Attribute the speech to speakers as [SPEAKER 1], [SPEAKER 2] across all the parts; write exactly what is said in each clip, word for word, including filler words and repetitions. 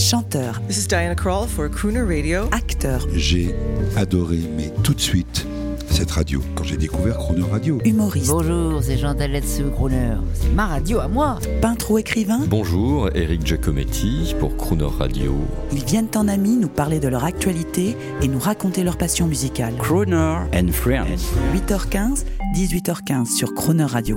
[SPEAKER 1] chanteur.
[SPEAKER 2] This is Diana Krall for Crooner Radio.
[SPEAKER 1] Acteur.
[SPEAKER 3] J'ai adoré, mais tout de suite, cette radio, quand j'ai découvert Crooner Radio.
[SPEAKER 1] Humoriste.
[SPEAKER 4] Bonjour, c'est Jean Taletsu, Crooner. C'est ma radio à moi.
[SPEAKER 1] Peintre ou écrivain.
[SPEAKER 5] Bonjour, Eric Giacometti pour Crooner Radio.
[SPEAKER 1] Ils viennent en amis nous parler de leur actualité et nous raconter leur passion musicale.
[SPEAKER 6] Crooner and Friends.
[SPEAKER 1] huit heures quinze, dix-huit heures quinze sur Crooner Radio.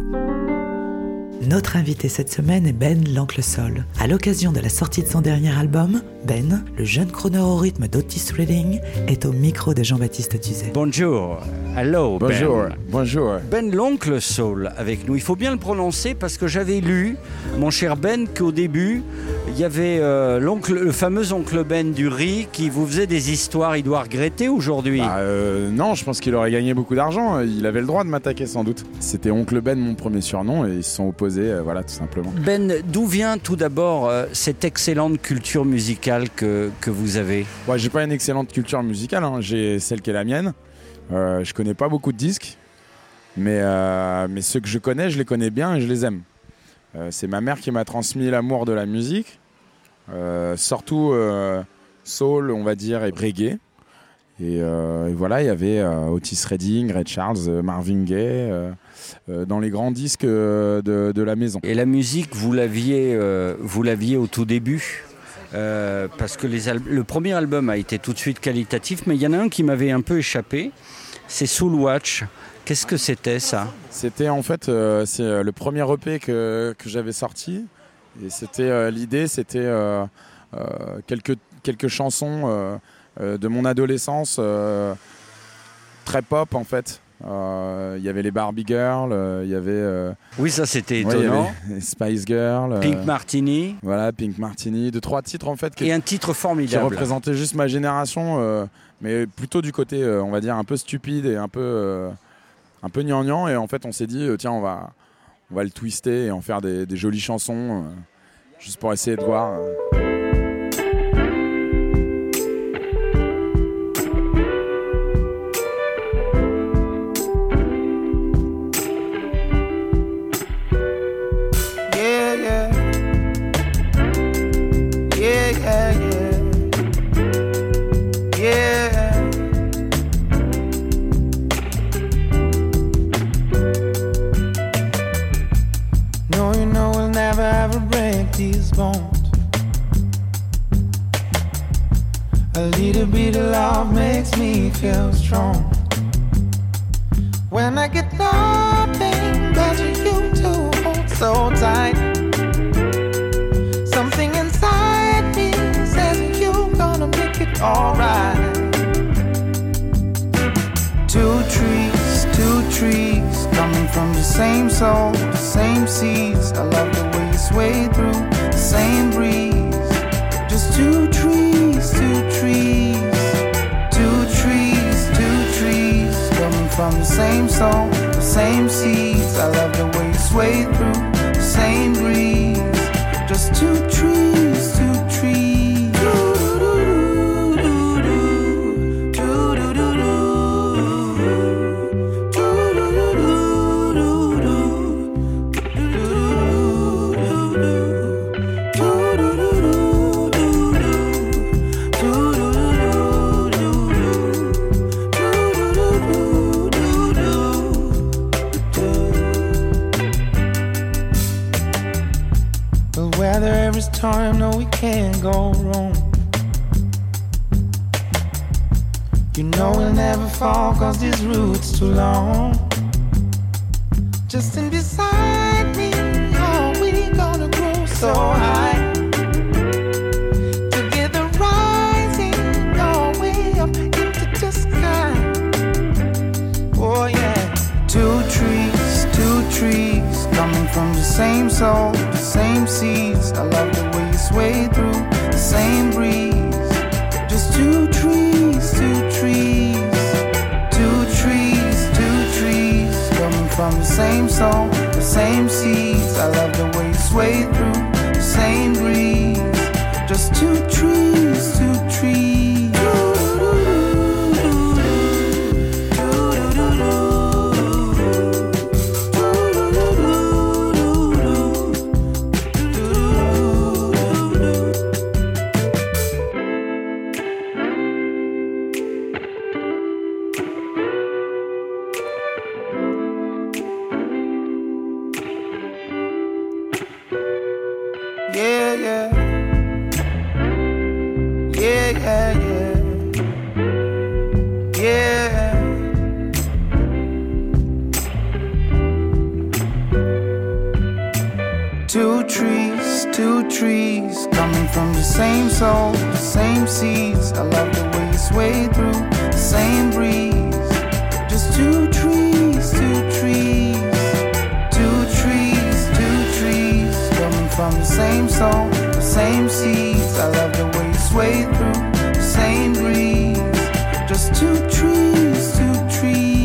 [SPEAKER 1] Notre invité cette semaine est Ben l'Oncle Soul. À l'occasion de la sortie de son dernier album, Ben, le jeune crooner au rythme d'Otis Redding, est au micro de Jean-Baptiste Tuzet.
[SPEAKER 6] Bonjour, hello Ben.
[SPEAKER 7] Bonjour, bonjour.
[SPEAKER 6] Ben l'Oncle Soul avec nous. Il faut bien le prononcer parce que j'avais lu, mon cher Ben, qu'au début, il y avait euh, l'oncle, le fameux oncle Ben du riz qui vous faisait des histoires. Il doit regretter aujourd'hui.
[SPEAKER 7] Bah, euh, non, je pense qu'il aurait gagné beaucoup d'argent. Il avait le droit de m'attaquer sans doute. C'était Oncle Ben, mon premier surnom, et ils se sont opposés, euh, voilà, tout simplement.
[SPEAKER 6] Ben, d'où vient tout d'abord euh, cette excellente culture musicale que, que vous avez ?
[SPEAKER 7] Ouais, j'ai pas une excellente culture musicale, hein. J'ai celle qui est la mienne. Euh, je connais pas beaucoup de disques, mais, euh, mais ceux que je connais, je les connais bien et je les aime. Euh, c'est ma mère qui m'a transmis l'amour de la musique, euh, surtout euh, soul, on va dire, et reggae. Et, euh, et voilà, il y avait euh, Otis Redding, Ray Charles, euh, Marvin Gaye, euh, euh, dans les grands disques euh, de, de la maison.
[SPEAKER 6] Et la musique, vous l'aviez, euh, vous l'aviez au tout début euh, parce que les al- le premier album a été tout de suite qualitatif, mais il y en a un qui m'avait un peu échappé, c'est Soul Watch. Qu'est-ce que c'était ça ?
[SPEAKER 7] C'était en fait euh, c'est euh, le premier E P que, que j'avais sorti, et c'était euh, l'idée, c'était euh, euh, quelques quelques chansons euh, euh, de mon adolescence, euh, très pop en fait. Il euh, y avait les Barbie Girls, il euh, y avait euh,
[SPEAKER 6] oui, ça c'était
[SPEAKER 7] ouais,
[SPEAKER 6] étonnant.
[SPEAKER 7] Les Spice Girls, euh,
[SPEAKER 6] Pink Martini.
[SPEAKER 7] Voilà, Pink Martini, deux trois titres en fait qui,
[SPEAKER 6] et un titre
[SPEAKER 7] qui
[SPEAKER 6] formidable
[SPEAKER 7] représentaient juste ma génération, euh, mais plutôt du côté euh, on va dire un peu stupide et un peu euh, un peu gnangnan, et en fait on s'est dit euh, tiens on va on va le twister et en faire des, des jolies chansons euh, juste pour essayer de voir euh.
[SPEAKER 8] These bones. A little bit of love makes me feel strong. When I get nothing but you to hold so tight, something inside me says you're gonna make it alright. Two trees, two trees, coming from the same soul, the same seeds. I love the way you sway through the same breeze. Just two trees, two trees, two trees, two trees, coming from the same soul, the same seeds. I love the way you sway through the same breeze. Just two trees, two trees. Time, no, we can't go wrong. You know we'll never fall, cause this route's too long. Just stand beside me, how we gonna grow so high? Together rising, all the way up into the sky. Oh yeah, two trees, two trees, coming from the same soul, the same seeds. I love the way you sway through the same breeze. Just two trees, two trees, two trees, two trees, coming from the same soul, the same seeds. I love the way you sway through the same breeze. Just two trees, two trees. Yeah, yeah. Yeah, yeah, yeah. Yeah. Two trees, two trees, coming from the same soul, the same seeds. I love the way you sway through the same breeze. Just two trees, two trees, two trees, two trees, coming from the same soul, the same seeds. I love the way you sway through the same breeze. Just two trees, two trees.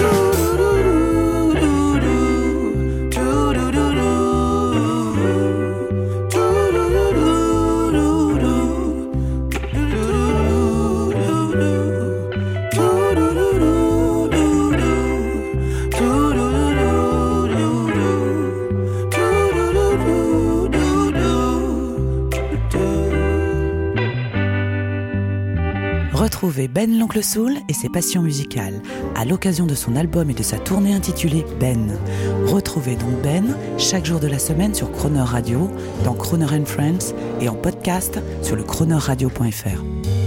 [SPEAKER 1] Retrouvez Ben l'Oncle Soul et ses passions musicales à l'occasion de son album et de sa tournée intitulée Ben. Retrouvez donc Ben chaque jour de la semaine sur Croner Radio, dans Croner and Friends et en podcast sur le croner radio point f r.